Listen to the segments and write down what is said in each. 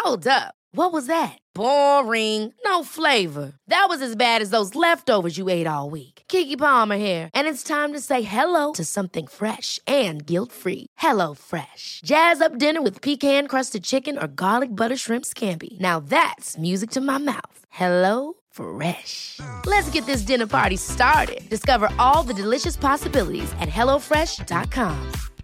Hold up. What was that? Boring. No flavor. That was as bad as those leftovers you ate all week. Keke Palmer here, and it's time to say hello to something fresh and guilt-free. Hello Fresh. Jazz up dinner with pecan-crusted chicken or garlic butter shrimp scampi. Now that's music to my mouth. Hello Fresh. Let's get this dinner party started. Discover all the delicious possibilities at hellofresh.com.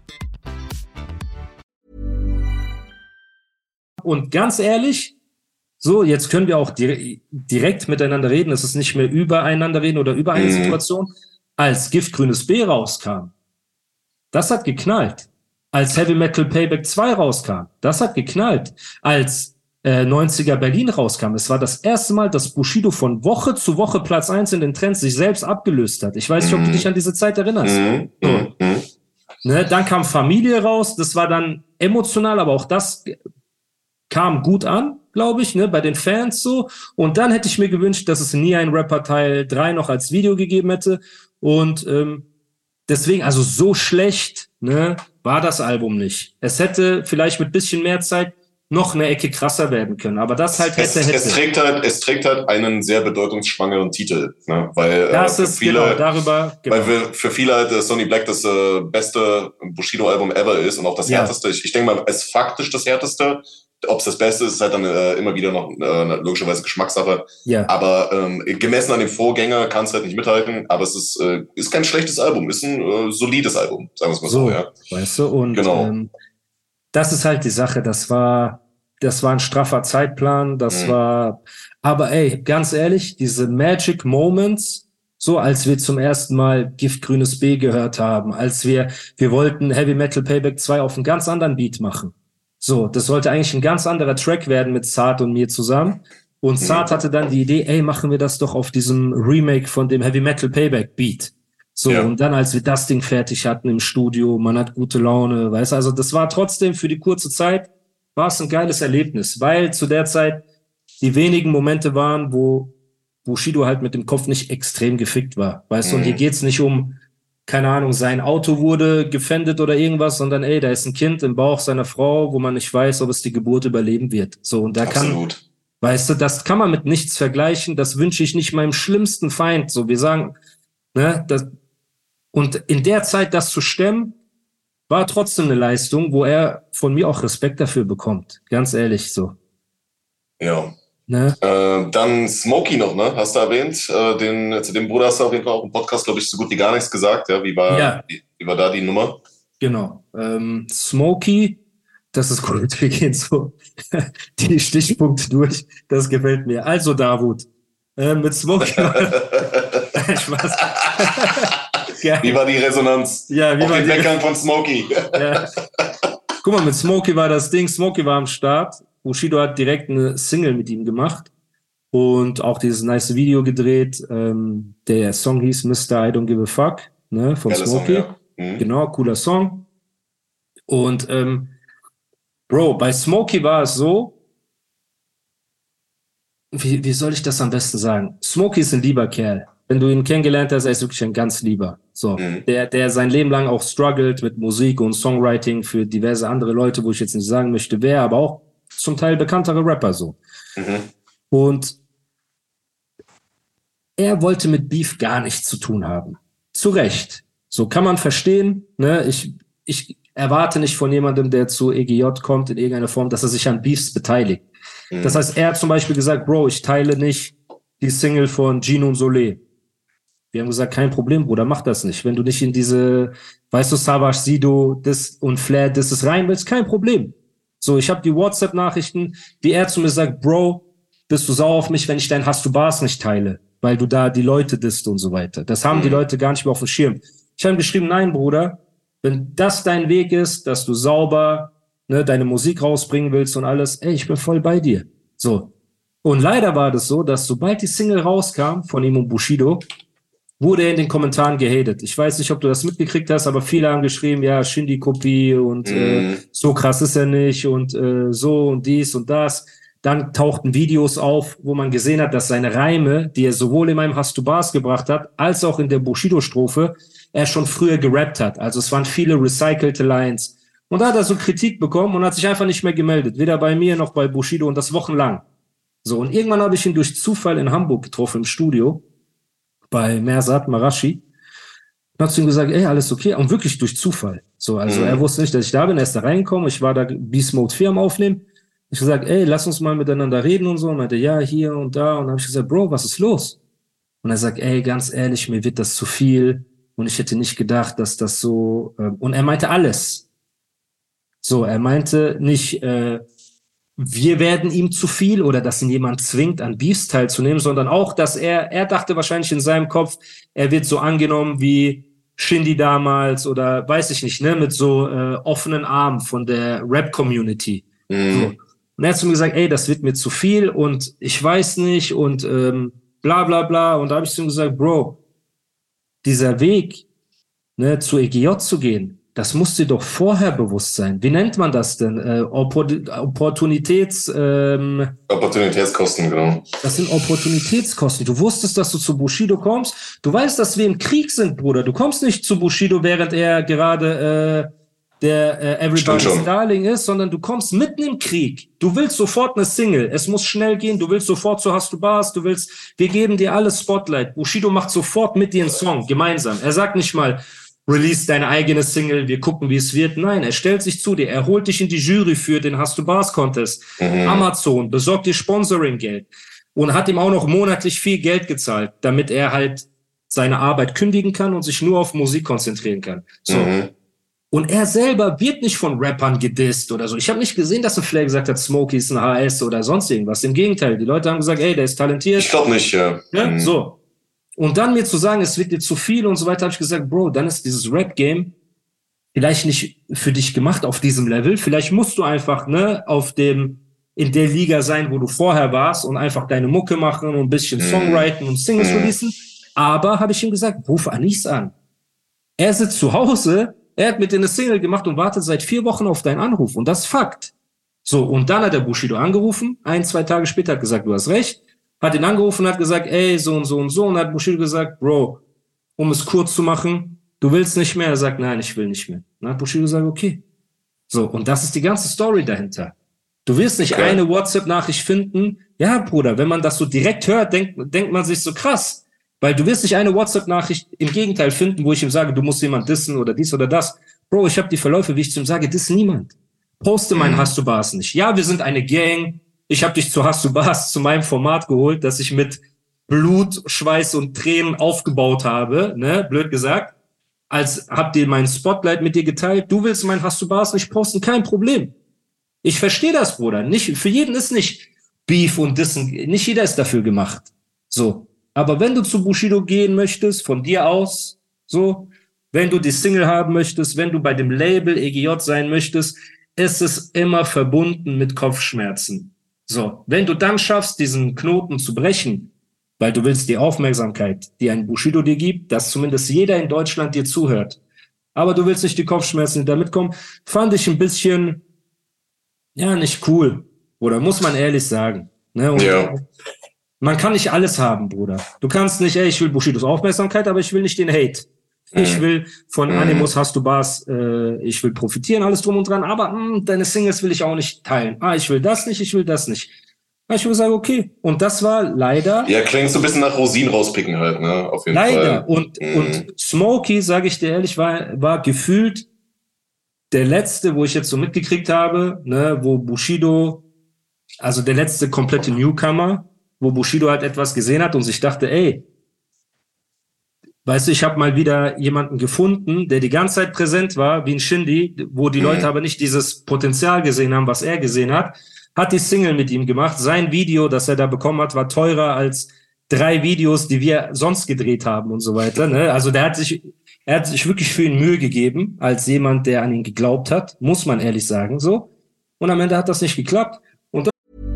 Und ganz ehrlich, so, jetzt können wir auch direkt miteinander reden. Es ist nicht mehr übereinander reden oder über eine Situation. Als Giftgrünes B rauskam, das hat geknallt. Als Heavy Metal Payback 2 rauskam, das hat geknallt. Als 90er Berlin rauskam, es war das erste Mal, dass Bushido von Woche zu Woche Platz 1 in den Trends sich selbst abgelöst hat. Ich weiß nicht, ob du dich an diese Zeit erinnerst. So. Ne, dann kam Familie raus, das war dann emotional, aber auch das kam gut an, glaube ich, ne, bei den Fans so. Und dann hätte ich mir gewünscht, dass es nie ein Rapper Teil 3 noch als Video gegeben hätte. Und deswegen, also so schlecht, ne, war das Album nicht. Es hätte vielleicht mit bisschen mehr Zeit noch eine Ecke krasser werden können. Aber das halt hätte. Es trägt halt einen sehr bedeutungsschwangeren Titel, ne? Weil das ist viele, weil für viele halt Sonny Black das beste Bushido-Album ever ist und auch das härteste. Ich denke mal, es ist faktisch das härteste. Ob es das Beste ist, ist halt dann immer wieder noch logischerweise Geschmackssache. Ja. Aber gemessen an dem Vorgänger kann es halt nicht mithalten. Aber es ist kein schlechtes Album, ist ein solides Album, sagen wir es mal so. Ja. Weißt du, und genau. Das ist halt die Sache. Das war ein straffer Zeitplan. Das war, aber ey, ganz ehrlich, diese Magic Moments, so als wir zum ersten Mal Giftgrünes B gehört haben, als wir wollten Heavy Metal Payback 2 auf einen ganz anderen Beat machen. So, das sollte eigentlich ein ganz anderer Track werden mit Saad und mir zusammen. Und Saad hatte dann die Idee, ey, machen wir das doch auf diesem Remake von dem Heavy Metal Payback Beat. So, und dann, als wir das Ding fertig hatten im Studio, man hat gute Laune, weißt du, also das war trotzdem für die kurze Zeit, war es ein geiles Erlebnis, weil zu der Zeit die wenigen Momente waren, wo Bushido halt mit dem Kopf nicht extrem gefickt war, weißt du, und hier geht's nicht um, keine Ahnung, sein Auto wurde gefändet oder irgendwas, sondern ey, da ist ein Kind im Bauch seiner Frau, wo man nicht weiß, ob es die Geburt überleben wird. So, und da weißt du, das kann man mit nichts vergleichen, das wünsche ich nicht meinem schlimmsten Feind. So, wir sagen, ne, und in der Zeit das zu stemmen, war trotzdem eine Leistung, wo er von mir auch Respekt dafür bekommt. Ganz ehrlich, so. Ja. Ne? Dann Smokey noch, ne? Hast du erwähnt? Zu dem Bruder hast du auf jeden Fall auch im Podcast, glaube ich, so gut wie gar nichts gesagt. Ja? Wie war da die Nummer? Genau. Smokey, das ist gut. Wir gehen so die Stichpunkte durch. Das gefällt mir. Also, Davut. Mit Smokey. Spaß. Wie war die Resonanz? Ja, wie auf war den Weggang von Smokey? Ja. Guck mal, mit Smokey war das Ding. Smokey war am Start. Bushido hat direkt eine Single mit ihm gemacht und auch dieses nice Video gedreht. Der Song hieß Mr. I Don't Give a Fuck, ne, von Smokey. Song, ja. Genau, cooler Song. Und Bro, bei Smokey war es so, wie soll ich das am besten sagen? Smokey ist ein lieber Kerl. Wenn du ihn kennengelernt hast, er ist wirklich ein ganz lieber. So, der sein Leben lang auch struggelt mit Musik und Songwriting für diverse andere Leute, wo ich jetzt nicht sagen möchte, wer, aber auch zum Teil bekanntere Rapper so. Und er wollte mit Beef gar nichts zu tun haben. Zu Recht. So kann man verstehen. Ne? Ich erwarte nicht von jemandem, der zu EGJ kommt in irgendeiner Form, dass er sich an Beefs beteiligt. Das heißt, er hat zum Beispiel gesagt, Bro, ich teile nicht die Single von Gino und Solé. Wir haben gesagt, kein Problem, Bruder, mach das nicht. Wenn du nicht in diese, weißt du, Savage, Sido und Flair, das ist rein willst, kein Problem. So, ich habe die WhatsApp-Nachrichten, wie er zu mir sagt, Bro, bist du sauer auf mich, wenn ich dein Hast du Bars nicht teile, weil du da die Leute disst und so weiter. Das haben die Leute gar nicht mehr auf dem Schirm. Ich habe ihm geschrieben, nein, Bruder, wenn das dein Weg ist, dass du sauber deine Musik rausbringen willst und alles, ey, ich bin voll bei dir. So. Und leider war das so, dass sobald die Single rauskam von ihm und Bushido, wurde er in den Kommentaren gehatet. Ich weiß nicht, ob du das mitgekriegt hast, aber viele haben geschrieben, ja, Shindy-Kopie und so krass ist er nicht und so und dies und das. Dann tauchten Videos auf, wo man gesehen hat, dass seine Reime, die er sowohl in meinem Hast du Bars gebracht hat, als auch in der Bushido-Strophe, er schon früher gerappt hat. Also es waren viele recycelte Lines Und da hat er so Kritik bekommen und hat sich einfach nicht mehr gemeldet. Weder bei mir noch bei Bushido und das wochenlang. So, und irgendwann habe ich ihn durch Zufall in Hamburg getroffen im Studio bei Mersat Marashi. Und hat zu ihm gesagt, ey, alles okay? Und wirklich durch Zufall. So, also er wusste nicht, dass ich da bin. Er ist da reingekommen. Ich war da Beast Mode 4 am Aufnehmen. Ich gesagt, ey, lass uns mal miteinander reden und so. Und meinte, ja, hier und da. Und dann habe ich gesagt, Bro, was ist los? Und er sagt, ey, ganz ehrlich, mir wird das zu viel. Und ich hätte nicht gedacht, dass das so... Und er meinte alles. So, er meinte nicht, wir werden ihm zu viel oder dass ihn jemand zwingt, an Beefs teilzunehmen, sondern auch, dass er dachte wahrscheinlich in seinem Kopf, er wird so angenommen wie Shindy damals oder weiß ich nicht, ne, mit so offenen Armen von der Rap-Community. So. Und er hat zu mir gesagt, ey, das wird mir zu viel und ich weiß nicht und bla bla bla. Und da habe ich zu ihm gesagt, Bro, dieser Weg, ne, zu EGJ zu gehen, das muss dir doch vorher bewusst sein. Wie nennt man das denn? Opportunitätskosten, genau. Das sind Opportunitätskosten. Du wusstest, dass du zu Bushido kommst. Du weißt, dass wir im Krieg sind, Bruder. Du kommst nicht zu Bushido, während er gerade der Everybody's Darling ist, sondern du kommst mitten im Krieg. Du willst sofort eine Single. Es muss schnell gehen. Du willst sofort zu Hast du Bars. Wir geben dir alles Spotlight. Bushido macht sofort mit dir einen Song, gemeinsam. Er sagt nicht mal, release deine eigene Single, wir gucken, wie es wird. Nein, er stellt sich zu dir, er holt dich in die Jury für den Hast du Bars Contest. Amazon besorgt dir Sponsoring-Geld und hat ihm auch noch monatlich viel Geld gezahlt, damit er halt seine Arbeit kündigen kann und sich nur auf Musik konzentrieren kann. So. Und er selber wird nicht von Rappern gedisst oder so. Ich habe nicht gesehen, dass ein Flair gesagt hat, Smokey ist ein HS oder sonst irgendwas. Im Gegenteil, die Leute haben gesagt, ey, der ist talentiert. Ich glaube nicht, ja. So. Und dann mir zu sagen, es wird dir zu viel und so weiter, habe ich gesagt, Bro, dann ist dieses Rap-Game vielleicht nicht für dich gemacht auf diesem Level. Vielleicht musst du einfach, ne, in der Liga sein, wo du vorher warst und einfach deine Mucke machen und ein bisschen Songwriten und Singles releasen. Aber, habe ich ihm gesagt, ruf Anis an. Er sitzt zu Hause, er hat mit dir eine Single gemacht und wartet seit 4 Wochen auf deinen Anruf. Und das ist Fakt. So, und dann hat der Bushido angerufen, 1-2 Tage später hat gesagt, du hast recht. Hat ihn angerufen und hat gesagt, ey, so und so und so. Und hat Bushido gesagt, Bro, um es kurz zu machen, du willst nicht mehr? Er sagt, nein, ich will nicht mehr. Dann hat Bushido gesagt, okay. So, und das ist die ganze Story dahinter. Du wirst nicht eine WhatsApp-Nachricht finden. Ja, Bruder, wenn man das so direkt hört, denkt man sich so krass. Weil du wirst nicht eine WhatsApp-Nachricht im Gegenteil finden, wo ich ihm sage, du musst jemand dissen oder dies oder das. Bro, ich habe die Verläufe, wie ich zu ihm sage, diss niemand. Poste meinen Hast du Bars nicht. Ja, wir sind eine Gang. Ich habe dich zu Hast du Bars, zu meinem Format geholt, das ich mit Blut, Schweiß und Tränen aufgebaut habe, ne, blöd gesagt. Habt ihr meinen Spotlight mit dir geteilt. Du willst meinen Hast du Bars nicht posten, kein Problem. Ich verstehe das, Bruder. Nicht, für jeden ist nicht Beef und Dissen, nicht jeder ist dafür gemacht. So. Aber wenn du zu Bushido gehen möchtest, von dir aus, so, wenn du die Single haben möchtest, wenn du bei dem Label EGJ sein möchtest, ist es immer verbunden mit Kopfschmerzen. So, wenn du dann schaffst, diesen Knoten zu brechen, weil du willst die Aufmerksamkeit, die ein Bushido dir gibt, dass zumindest jeder in Deutschland dir zuhört, aber du willst nicht die Kopfschmerzen, die da mitkommen, fand ich ein bisschen, ja, nicht cool, oder muss man ehrlich sagen. Ne? Und man kann nicht alles haben, Bruder. Du kannst nicht, ey, ich will Bushidos Aufmerksamkeit, aber ich will nicht den Hate. Ich will von Animus Hast du Bars, ich will profitieren, alles drum und dran, aber deine Singles will ich auch nicht teilen. Ich will das nicht, ich will das nicht. Ich würde sagen, okay. Und das war leider... Ja, klingt so ein bisschen nach Rosinen rauspicken halt, ne? Auf jeden Fall. Leider. Und Smokey, sage ich dir ehrlich, war gefühlt der letzte, wo ich jetzt so mitgekriegt habe, ne, wo Bushido, also der letzte komplette Newcomer, wo Bushido halt etwas gesehen hat und sich dachte, ey, weißt du, ich habe mal wieder jemanden gefunden, der die ganze Zeit präsent war, wie ein Shindy, wo die Leute aber nicht dieses Potenzial gesehen haben, was er gesehen hat die Single mit ihm gemacht. Sein Video, das er da bekommen hat, war teurer als 3 Videos, die wir sonst gedreht haben und so weiter. Ne? Also er hat sich wirklich für ihn Mühe gegeben, als jemand, der an ihn geglaubt hat, muss man ehrlich sagen, so. Und am Ende hat das nicht geklappt. Und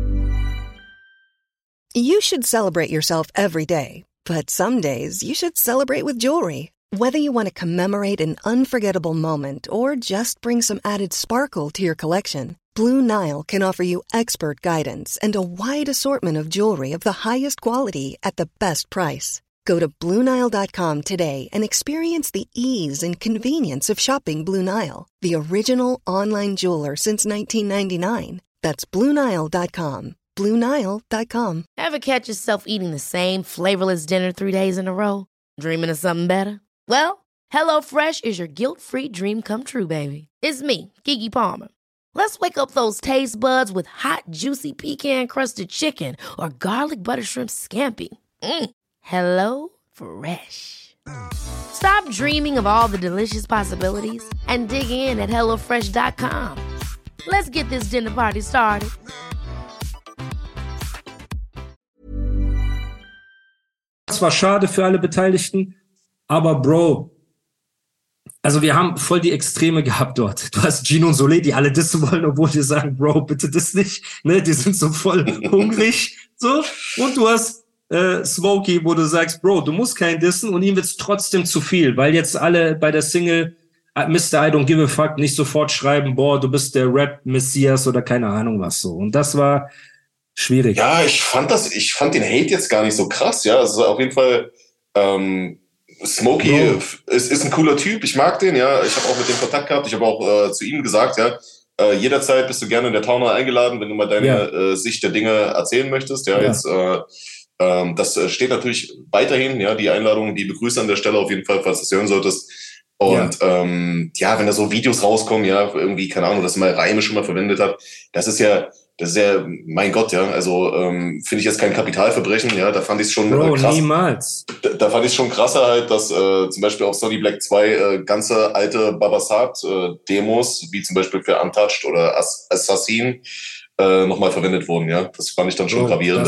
You should celebrate yourself every day, but some days you should celebrate with jewelry. Whether you want to commemorate an unforgettable moment or just bring some added sparkle to your collection, Blue Nile can offer you expert guidance and a wide assortment of jewelry of the highest quality at the best price. Go to BlueNile.com today and experience the ease and convenience of shopping Blue Nile, the original online jeweler since 1999. That's BlueNile.com. BlueNile.com. Ever catch yourself eating the same flavorless dinner 3 days in a row? Dreaming of something better? Well, HelloFresh is your guilt-free dream come true, baby. It's me, Keke Palmer. Let's wake up those taste buds with hot, juicy pecan-crusted chicken or garlic butter shrimp scampi. Hello Fresh. Stop dreaming of all the delicious possibilities and dig in at HelloFresh.com. Let's get this dinner party started. Das war schade für alle Beteiligten, aber Bro, also wir haben voll die Extreme gehabt dort. Du hast Gino und Solé, die alle dissen wollen, obwohl die sagen, Bro, bitte diss nicht. Ne, die sind so voll hungrig. So. Und du hast Smokey, wo du sagst, Bro, du musst keinen dissen und ihm wird's trotzdem zu viel, weil jetzt alle bei der Single Mr. I Don't Give a Fuck nicht sofort schreiben, boah, du bist der Rap-Messias oder keine Ahnung was so. Und das war schwierig. Ja, ich fand den Hate jetzt gar nicht so krass, ja. Also auf jeden Fall, Smokey ist ein cooler Typ, ich mag den, ja. Ich habe auch mit dem Kontakt gehabt, ich habe auch zu ihm gesagt, ja, jederzeit bist du gerne in der Town Hall eingeladen, wenn du mal deine Sicht der Dinge erzählen möchtest, ja. Jetzt das steht natürlich weiterhin, ja, die Einladung, die begrüße an der Stelle auf jeden Fall, falls du es hören solltest. Und wenn da so Videos rauskommen, ja, irgendwie, keine Ahnung, dass man Reime schon mal verwendet hat, das ist ja, mein Gott, ja, also finde ich jetzt kein Kapitalverbrechen, ja, da fand ich es schon krass. Niemals. Da fand ich es schon krasser halt, dass zum Beispiel auf Sonny Black 2 ganze alte Babasat-Demos, wie zum Beispiel für Untouched oder Assassin, nochmal verwendet wurden, ja. Das fand ich dann schon gravierend.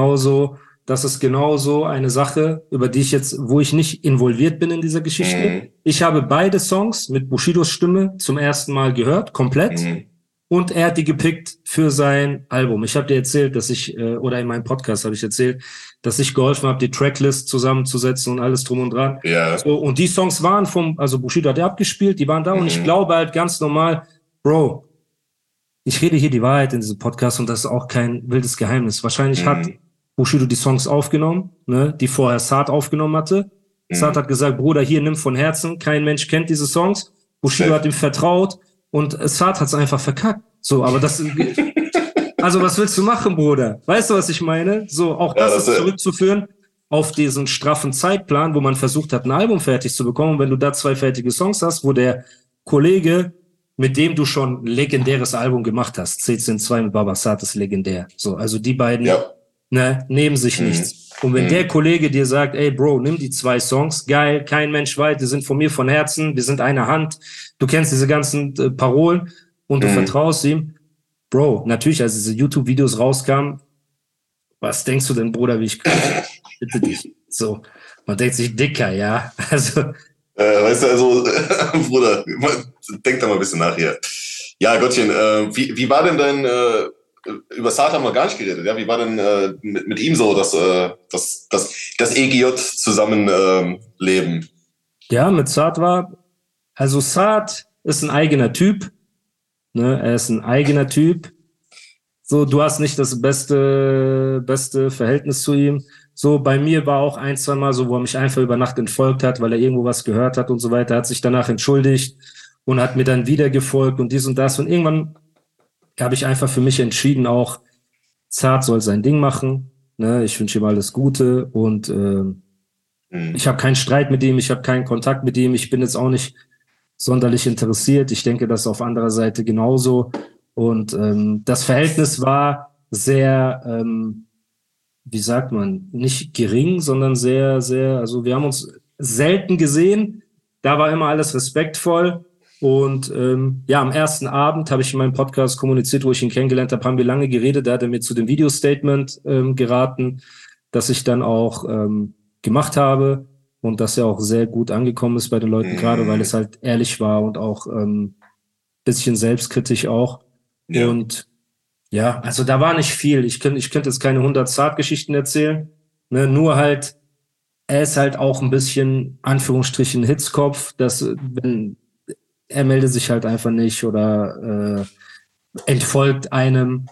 Das ist genauso eine Sache, wo ich nicht involviert bin in dieser Geschichte. Ich habe beide Songs mit Bushidos Stimme zum ersten Mal gehört, komplett. Und er hat die gepickt für sein Album. Ich habe dir erzählt, oder in meinem Podcast habe ich erzählt, dass ich geholfen habe, die Tracklist zusammenzusetzen und alles drum und dran. Ja. So, und die Songs waren also Bushido hat ja abgespielt, die waren da und ich glaube halt ganz normal, Bro, ich rede hier die Wahrheit in diesem Podcast und das ist auch kein wildes Geheimnis. Wahrscheinlich hat Bushido die Songs aufgenommen, ne, die vorher Saad aufgenommen hatte. Saad hat gesagt, Bruder, hier, nimm von Herzen. Kein Mensch kennt diese Songs. Bushido hat ihm vertraut und Saad hat's einfach verkackt. So, aber das, also was willst du machen, Bruder? Weißt du, was ich meine? So, auch das ist zurückzuführen auf diesen straffen Zeitplan, wo man versucht hat, ein Album fertig zu bekommen. Und wenn du da 2 fertige Songs hast, wo der Kollege, mit dem du schon ein legendäres Album gemacht hast, C10-2 mit Babasat ist legendär. So, also die beiden, nehmen sich nichts. Und wenn der Kollege dir sagt, ey Bro, nimm die 2 Songs, geil, kein Mensch weit, die sind von mir von Herzen, wir sind eine Hand, du kennst diese ganzen Parolen und du vertraust ihm. Bro, natürlich, als diese YouTube-Videos rauskamen, was denkst du denn, Bruder, wie ich bitte dich. So, man denkt sich dicker, ja. Also weißt du, also, Bruder, denk da mal ein bisschen nach hier. Ja, Gottchen, wie war denn dein über Saad haben wir gar nicht geredet, ja? Wie war denn mit ihm so das EGJ Zusammenleben? Ja, mit Saad Saad ist ein eigener Typ, ne? Er ist ein eigener Typ. So, du hast nicht das beste Verhältnis zu ihm. So, bei mir war auch 1-2 Mal so, wo er mich einfach über Nacht entfolgt hat, weil er irgendwo was gehört hat und so weiter, hat sich danach entschuldigt und hat mir dann wieder gefolgt und dies und das und irgendwann habe ich einfach für mich entschieden, auch Saad soll sein Ding machen. Ne? Ich wünsche ihm alles Gute und ich habe keinen Streit mit ihm, ich habe keinen Kontakt mit ihm, ich bin jetzt auch nicht sonderlich interessiert. Ich denke, das auf anderer Seite genauso. Und das Verhältnis war sehr, wie sagt man, nicht gering, sondern sehr, sehr, also wir haben uns selten gesehen. Da war immer alles respektvoll. Und am ersten Abend habe ich in meinem Podcast kommuniziert, wo ich ihn kennengelernt habe, haben wir lange geredet. Da hat er mir zu dem Video-Statement geraten, das ich dann auch gemacht habe und das ja auch sehr gut angekommen ist bei den Leuten, gerade weil es halt ehrlich war und auch bisschen selbstkritisch auch. Ja. Und ja, also da war nicht viel. Ich könnte jetzt keine 100 Saad-Geschichten erzählen, ne? Nur halt, er ist halt auch ein bisschen, Anführungsstrichen, Hitzkopf, dass wenn er meldet sich halt einfach nicht oder entfolgt einem,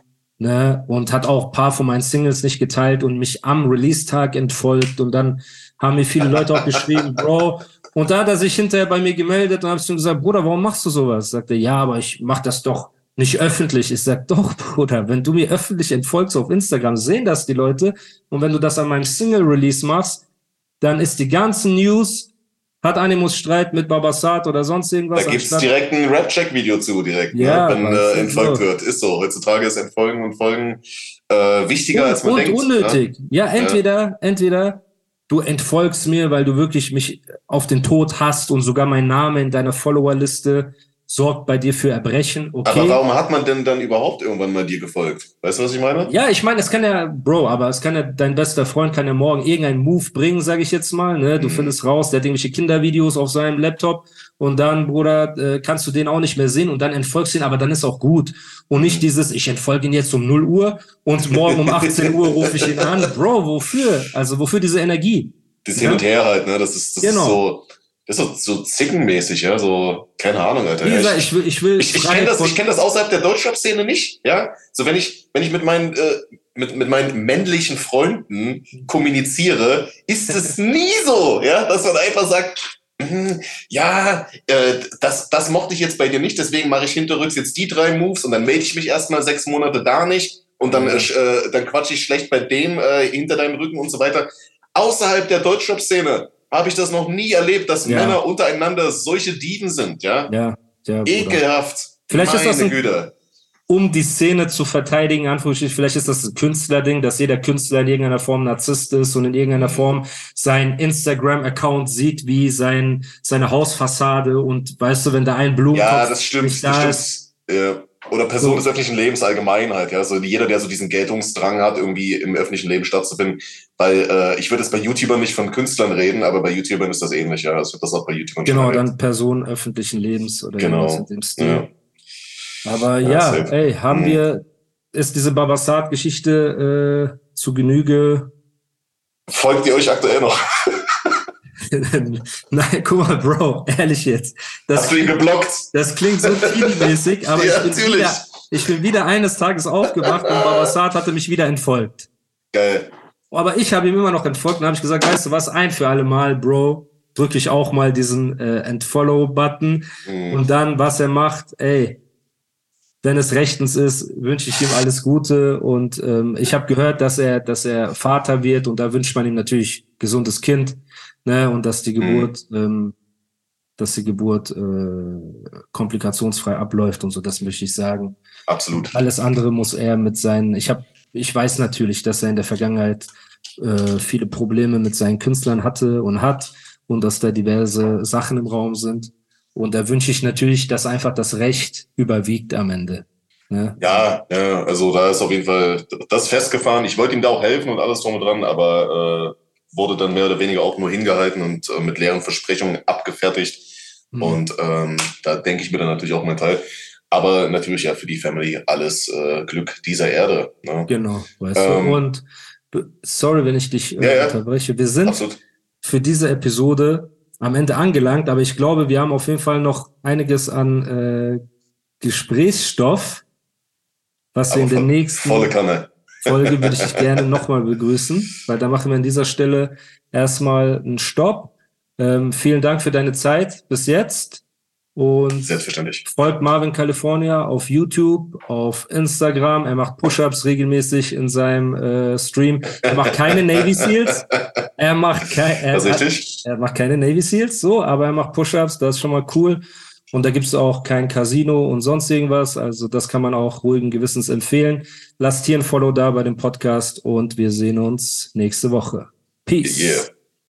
ne, und hat auch ein paar von meinen Singles nicht geteilt und mich am Release-Tag entfolgt. Und dann haben mir viele Leute auch geschrieben, Bro. Und da hat er sich hinterher bei mir gemeldet und habe ich ihm gesagt, Bruder, warum machst du sowas? Sagt er, ja, aber ich mach das doch nicht öffentlich. Ich sag, doch, Bruder, wenn du mir öffentlich entfolgst auf Instagram, sehen das die Leute. Und wenn du das an meinem Single-Release machst, dann ist die ganze News, hat Animus Streit mit Babasat oder sonst irgendwas. Da gibt's direkt ein Rap-Check-Video zu, direkt, ja, ne, wenn entfolgt wird. Ist so. Heutzutage ist Entfolgen und Folgen wichtiger, als man denkt. Und unnötig. Ne? Ja, entweder du entfolgst mir, weil du wirklich mich auf den Tod hast und sogar mein Name in deiner Followerliste sorgt bei dir für Erbrechen. Okay. Aber warum hat man denn dann überhaupt irgendwann mal dir gefolgt? Weißt du, was ich meine? Ja, ich meine, es kann ja, Bro, aber es kann ja, dein bester Freund kann ja morgen irgendeinen Move bringen, sage ich jetzt mal. Ne? Du findest raus, der hat irgendwelche Kindervideos auf seinem Laptop und dann, Bruder, kannst du den auch nicht mehr sehen und dann entfolgst du ihn, aber dann ist auch gut. Und nicht dieses, ich entfolge ihn jetzt um 0 Uhr und morgen um 18 Uhr rufe ich ihn an. Bro, wofür? Also wofür diese Energie? Das Hin und Her halt, ne? Das ist so... Das ist so zickenmäßig, ja, so, keine Ahnung, Alter. Wie gesagt, ich kenn das außerhalb der Deutschrap-Szene nicht, ja. So, wenn ich mit meinen männlichen Freunden kommuniziere, ist es nie so, ja, dass man einfach sagt, das mochte ich jetzt bei dir nicht, deswegen mache ich hinterrücks jetzt die 3 Moves und dann melde ich mich erstmal 6 Monate da nicht und dann quatsche ich schlecht bei dem hinter deinem Rücken und so weiter. Außerhalb der Deutschrap-Szene habe ich das noch nie erlebt, dass Männer untereinander solche Dieben sind, ja? Ja, ekelhaft. Vielleicht ist das Güte. Um die Szene zu verteidigen, Anführungsstrichen, vielleicht ist das ein Künstlerding, dass jeder Künstler in irgendeiner Form Narzisst ist und in irgendeiner Form seinen Instagram-Account sieht, wie seine Hausfassade und weißt du, wenn da ein Blumenkopf das stimmt. Ja. Oder Personen des öffentlichen Lebens allgemein halt, ja, so jeder, der so diesen Geltungsdrang hat, irgendwie im öffentlichen Leben stattzufinden, weil ich würde jetzt bei YouTubern nicht von Künstlern reden, aber bei YouTubern ist das ähnlich, ja, es wird das auch bei YouTubern genau, dann Personen öffentlichen Lebens oder irgendwas in dem Stil. Ja. Aber ist diese Babasat-Geschichte zu Genüge? Folgt ihr euch aktuell noch? Nein, guck mal, Bro, ehrlich jetzt. Hast du ihn geblockt? Das klingt so teammäßig, aber ja, ich bin wieder eines Tages aufgewacht und Babasat hatte mich wieder entfolgt. Geil. Aber ich habe ihm immer noch entfolgt und habe ich gesagt, weißt du was, ein für alle Mal, Bro, drücke ich auch mal diesen Entfollow-Button und dann, was er macht, wenn es rechtens ist, wünsche ich ihm alles Gute und ich habe gehört, dass er Vater wird und da wünscht man ihm natürlich gesundes Kind. Ne, und dass die Geburt, komplikationsfrei abläuft und so, das möchte ich sagen. Absolut. Alles andere muss er mit seinen, ich weiß natürlich, dass er in der Vergangenheit viele Probleme mit seinen Künstlern hatte und hat und dass da diverse Sachen im Raum sind. Und da wünsche ich natürlich, dass einfach das Recht überwiegt am Ende. Ne? Ja, also da ist auf jeden Fall das festgefahren. Ich wollte ihm da auch helfen und alles drum und dran, aber wurde dann mehr oder weniger auch nur hingehalten und mit leeren Versprechungen abgefertigt. Und da denke ich mir dann natürlich auch mein Teil. Aber natürlich ja für die Family alles Glück dieser Erde. Ne? Genau, weißt du. Und sorry, wenn ich dich unterbreche. Wir sind für diese Episode am Ende angelangt, aber ich glaube, wir haben auf jeden Fall noch einiges an Gesprächsstoff, was wir in der nächsten volle Kanne. Folge würde ich dich gerne nochmal begrüßen, weil da machen wir an dieser Stelle erstmal einen Stopp. Vielen Dank für deine Zeit bis jetzt und selbstverständlich. Folgt Marvin California auf YouTube, auf Instagram. Er macht Push-Ups regelmäßig in seinem Stream. Er macht keine Navy Seals. Er macht keine Navy Seals, so, aber er macht Push-Ups, das ist schon mal cool. Und da gibt's auch kein Casino und sonst irgendwas. Also das kann man auch ruhigen Gewissens empfehlen. Lasst hier ein Follow da bei dem Podcast und wir sehen uns nächste Woche. Peace. Yeah.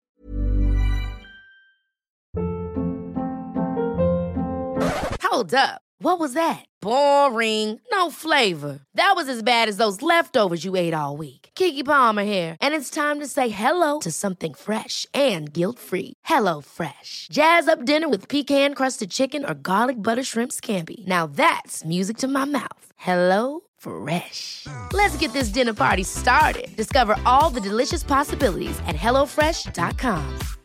Hold up. What was that? Boring. No flavor. That was as bad as those leftovers you ate all week. Keke Palmer here. And it's time to say hello to something fresh and guilt-free. Hello Fresh. Jazz up dinner with pecan-crusted chicken or garlic butter shrimp scampi. Now that's music to my mouth. Hello Fresh. Let's get this dinner party started. Discover all the delicious possibilities at HelloFresh.com.